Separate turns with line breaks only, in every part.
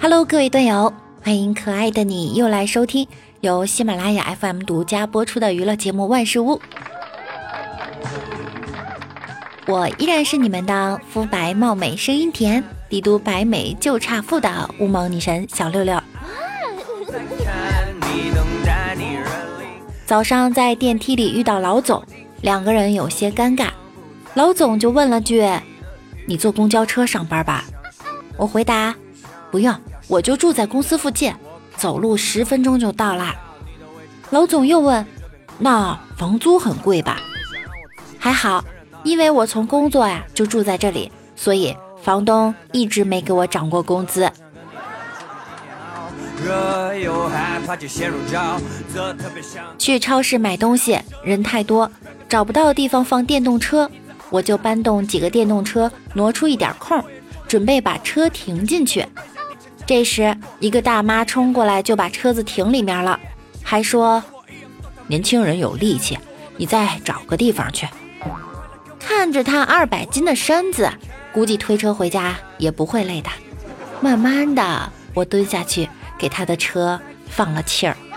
Hello， 各位队友，欢迎可爱的你又来收听由喜马拉雅 FM 独家播出的娱乐节目《万事屋》。我依然是你们的肤白貌美、声音甜、帝都白美就差富的乌蒙女神小六六。早上在电梯里遇到老总，两个人有些尴尬，老总就问了句：你坐公交车上班吧？我回答：不用，我就住在公司附近，走路10分钟就到啦。老总又问：那房租很贵吧？还好，因为我从工作就住在这里，所以房东一直没给我涨过工资。去超市买东西，人太多，找不到地方放电动车，我就搬动几个电动车，挪出一点空，准备把车停进去。这时一个大妈冲过来就把车子停里面了，还说：年轻人有力气，你再找个地方去。看着他200斤的身子，估计推车回家也不会累的。慢慢的，我蹲下去给他的车放了气儿。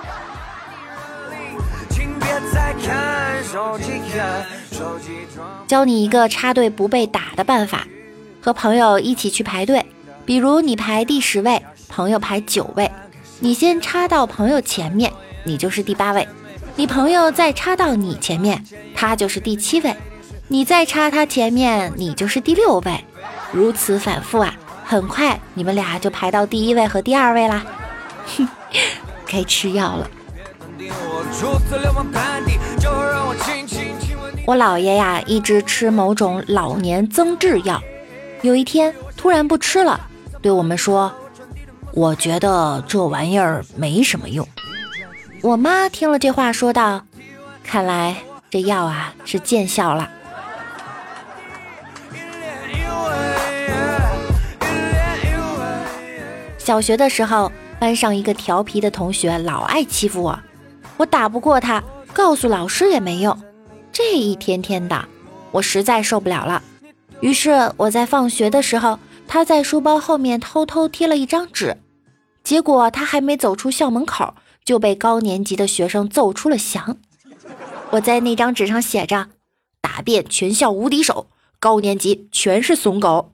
教你一个插队不被打的办法，和朋友一起去排队，比如你排第10位，朋友排9位，你先插到朋友前面，你就是第8位，你朋友再插到你前面，他就是第7位，你再插他前面，你就是第6位，如此反复很快你们俩就排到第1位和第2位啦。该吃药了。我姥爷一直吃某种老年增智药，有一天突然不吃了，对我们说：我觉得这玩意儿没什么用。我妈听了这话说道：看来这药是见效了。小学的时候，班上一个调皮的同学老爱欺负我，我打不过他，告诉老师也没用。这一天天的，我实在受不了了。于是我在放学的时候，他在书包后面偷偷贴了一张纸，结果他还没走出校门口，就被高年级的学生揍出了翔。我在那张纸上写着：打遍全校无敌手，高年级全是怂狗。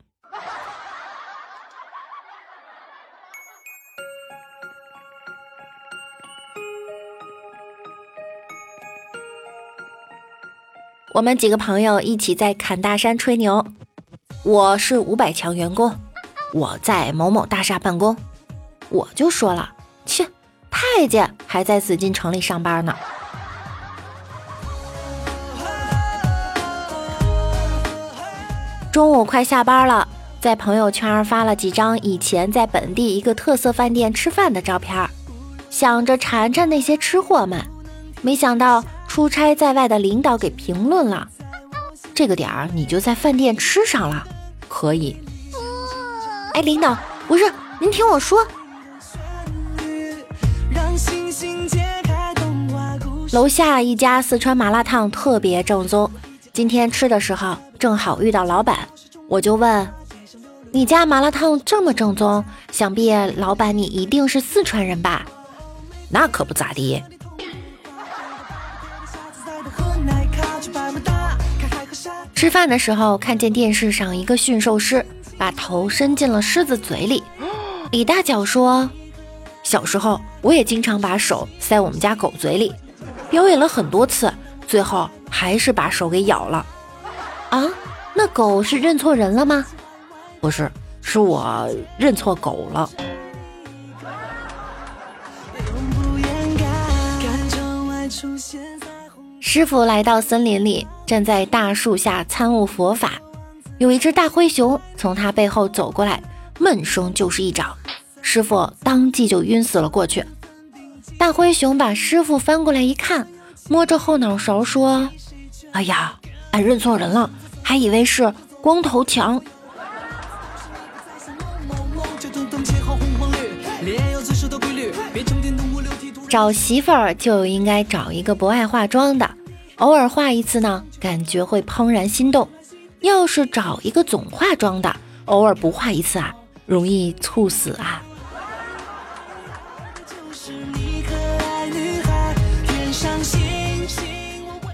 我们几个朋友一起在侃大山吹牛，我是500强员工，我在某某大厦办公。我就说了，切，太监还在紫禁城里上班呢。中午快下班了，在朋友圈发了几张以前在本地一个特色饭店吃饭的照片，想着馋馋那些吃货们，没想到出差在外的领导给评论了：这个点儿你就在饭店吃上了，可以。领导，不是，您听我说。楼下一家四川麻辣烫特别正宗，今天吃的时候正好遇到老板，我就问：你家麻辣烫这么正宗，想必老板你一定是四川人吧？那可不咋地。吃饭的时候看见电视上一个驯兽师把头伸进了狮子嘴里，李大脚说：小时候我也经常把手塞我们家狗嘴里，表演了很多次，最后还是把手给咬了。那狗是认错人了吗？不是，是我认错狗了。师傅来到森林里，站在大树下参悟佛法，有一只大灰熊从他背后走过来，闷声就是一掌，师傅当即就晕死了过去。大灰熊把师傅翻过来一看，摸着后脑勺说：哎呀，俺认错人了，还以为是光头强。找媳妇儿就应该找一个不爱化妆的，偶尔化一次呢，感觉会怦然心动。要是找一个总化妆的，偶尔不化一次容易猝死啊。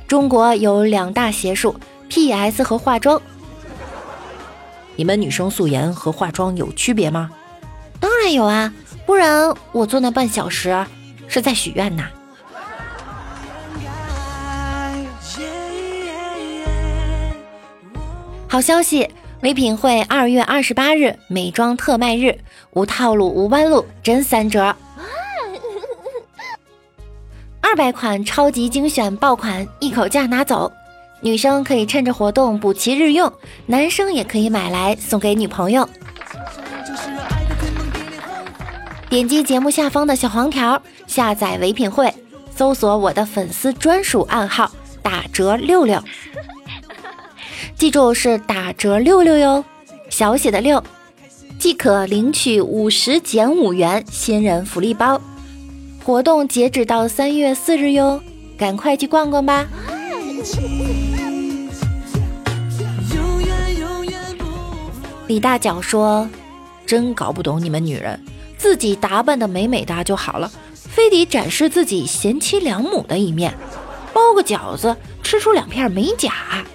中国有2大邪术 PS 和化妆。
你们女生素颜和化妆有区别吗？
当然有啊，不然我做那半小时是在许愿呐。好消息，唯品会2月28日美妆特卖日，无套路无弯路，真3折。200款超级精选爆款，一口价拿走。女生可以趁着活动补齐日用，男生也可以买来送给女朋友。点击节目下方的小黄条，下载唯品会，搜索我的粉丝专属暗号，打折66。记住是打折66哟，小写的6，即可领取50减5元新人福利包。活动截止到3月4日哟，赶快去逛逛吧。李大脚说，真搞不懂你们女人，自己打扮的美美哒就好了，非得展示自己贤妻良母的一面，包个饺子吃出2片美甲。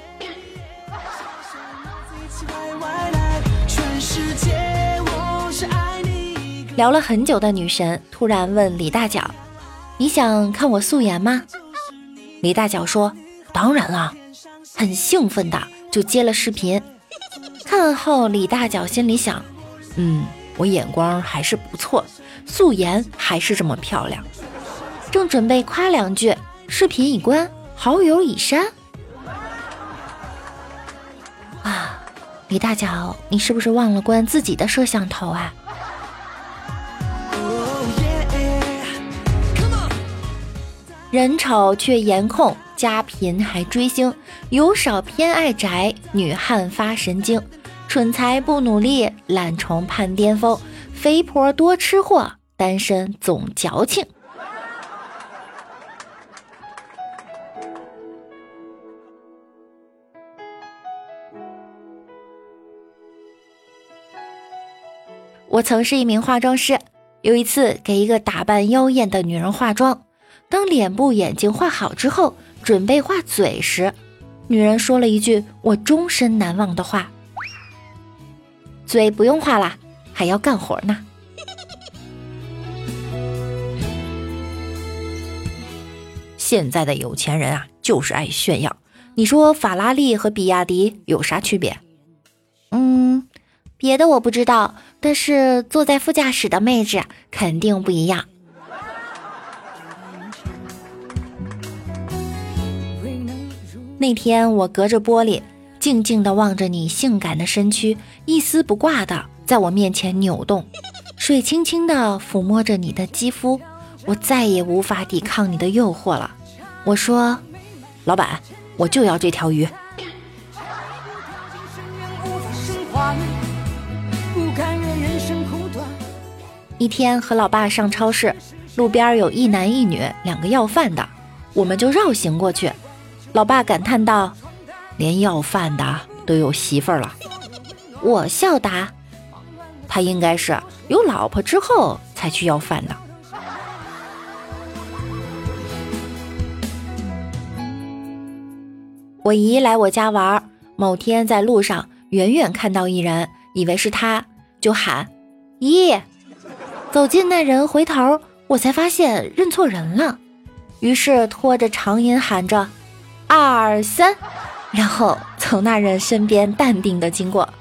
聊了很久的女神突然问李大脚，你想看我素颜吗？李大脚说，当然了，很兴奋的就接了视频。看后李大脚心里想，我眼光还是不错，素颜还是这么漂亮。正准备夸2句，视频已关，好友已删。啊，李大脚，你是不是忘了关自己的摄像头啊？人丑却颜控，家贫还追星，油少偏爱宅，女汉发神经，蠢材不努力，懒虫盼巅峰，肥婆多吃货，单身总矫情。我曾是一名化妆师，有一次给一个打扮妖艳的女人化妆，当脸部眼睛画好之后，准备画嘴时，女人说了一句我终身难忘的话，嘴不用画啦，还要干活呢。
现在的有钱人啊，就是爱炫耀。你说法拉利和比亚迪有啥区别？
别的我不知道，但是坐在副驾驶的妹子肯定不一样。那天我隔着玻璃静静地望着你性感的身躯一丝不挂地在我面前扭动，水轻轻地抚摸着你的肌肤，我再也无法抵抗你的诱惑了。我说，
老板，我就要这条鱼。
一天和老爸上超市，路边有一男一女2个要饭的，我们就绕行过去。老爸感叹道，
连要饭的都有媳妇儿了。
我笑答，
他应该是有老婆之后才去要饭的。
我姨来我家玩，某天在路上远远看到一人，以为是他，就喊姨。走近那人回头，我才发现认错人了，于是拖着长音喊着2、3，然后从那人身边淡定地经过。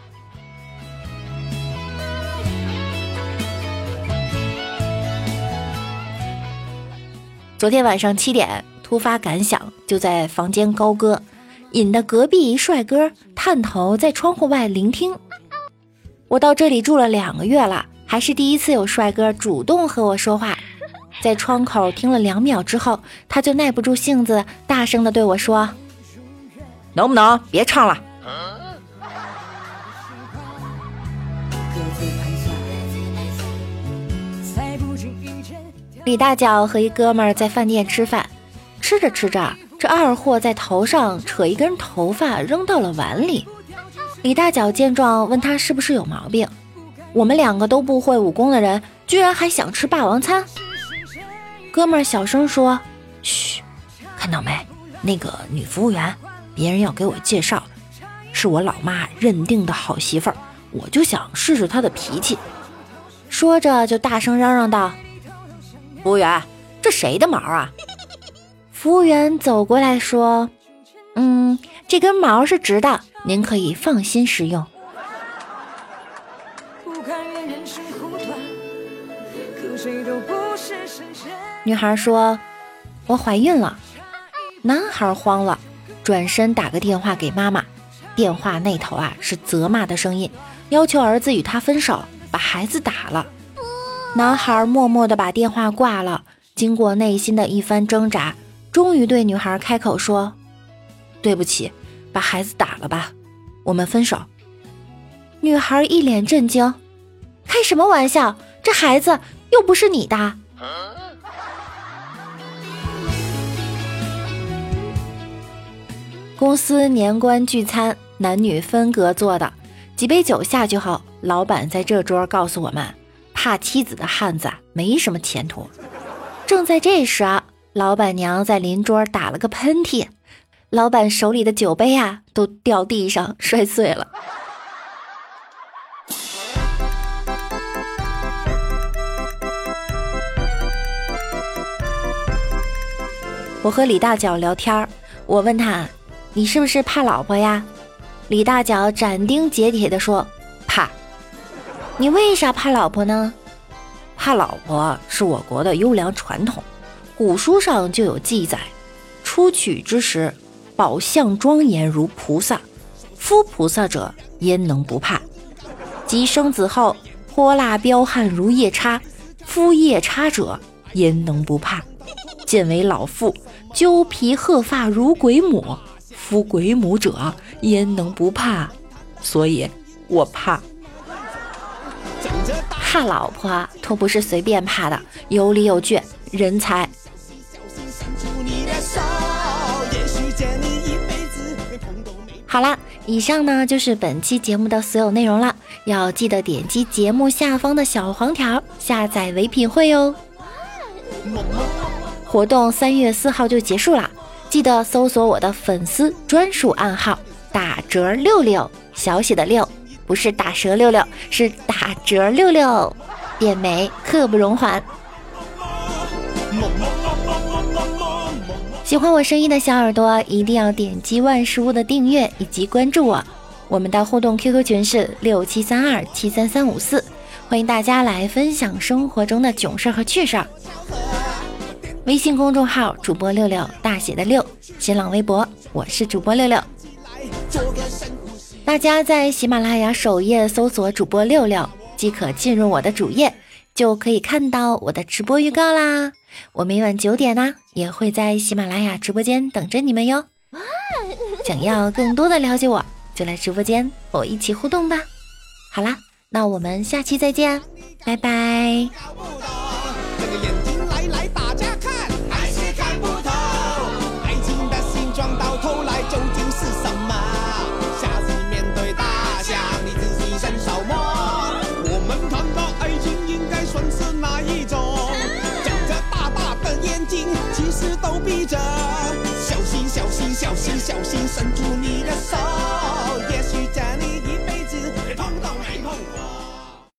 昨天晚上7点，突发感想，就在房间高歌，引得隔壁一帅哥探头在窗户外聆听。我到这里住了2个月了，还是第一次有帅哥主动和我说话。在窗口听了2秒之后，他就耐不住性子，大声地对我说，
能不能别唱了？
李大脚和一哥们儿在饭店吃饭，吃着吃着，这二货在头上扯一根头发扔到了碗里。李大脚见状问他是不是有毛病，我们2个都不会武功的人居然还想吃霸王餐。哥们儿小声说，嘘，看到没，
那个女服务员，别人要给我介绍，是我老妈认定的好媳妇儿，我就想试试她的脾气。
说着就大声嚷嚷道：
服务员，这谁的毛啊？
服务员走过来说：这根毛是直的，您可以放心食用。女孩说：我怀孕了。男孩慌了，转身打个电话给妈妈，电话那头是责骂的声音，要求儿子与他分手，把孩子打了。男孩默默地把电话挂了，经过内心的一番挣扎，终于对女孩开口说：对不起，把孩子打了吧，我们分手。女孩一脸震惊：开什么玩笑，这孩子又不是你的。公司年关聚餐，男女分隔坐的，几杯酒下去后，老板在这桌告诉我们，怕妻子的汉子没什么前途。正在这时老板娘在邻桌打了个喷嚏，老板手里的酒杯都掉地上摔碎了。我和李大脚聊天，我问他，你是不是怕老婆呀？李大脚斩钉截铁地说，怕。你为啥怕老婆呢？
怕老婆是我国的优良传统，古书上就有记载，出娶之时，宝相庄严如菩萨，夫菩萨者焉能不怕？及生子后，泼辣彪悍如夜叉，夫夜叉者焉能不怕？见为老妇，揪皮鹤发如鬼母，夫鬼母者焉能不怕？所以我怕。
怕老婆都不是随便怕的，有理有据，人才。好啦，以上呢就是本期节目的所有内容了，要记得点击节目下方的小黄条下载唯品会哦。活动3月4号就结束了，记得搜索我的粉丝专属暗号打折66，小写的6，不是打蛇66，是打折66，变美刻不容缓。喜欢我声音的小耳朵一定要点击万事屋的订阅以及关注我，我们的互动 QQ 群是6732733354，欢迎大家来分享生活中的囧事和趣事。微信公众号主播66大写的6，新浪微博我是主播66。大家在喜马拉雅首页搜索主播66，即可进入我的主页，就可以看到我的直播预告啦。我每晚9点也会在喜马拉雅直播间等着你们哟。想要更多的了解我，就来直播间和我一起互动吧。好啦，那我们下期再见，拜拜。
其实都逼着小心小心小心小心，伸出你的手。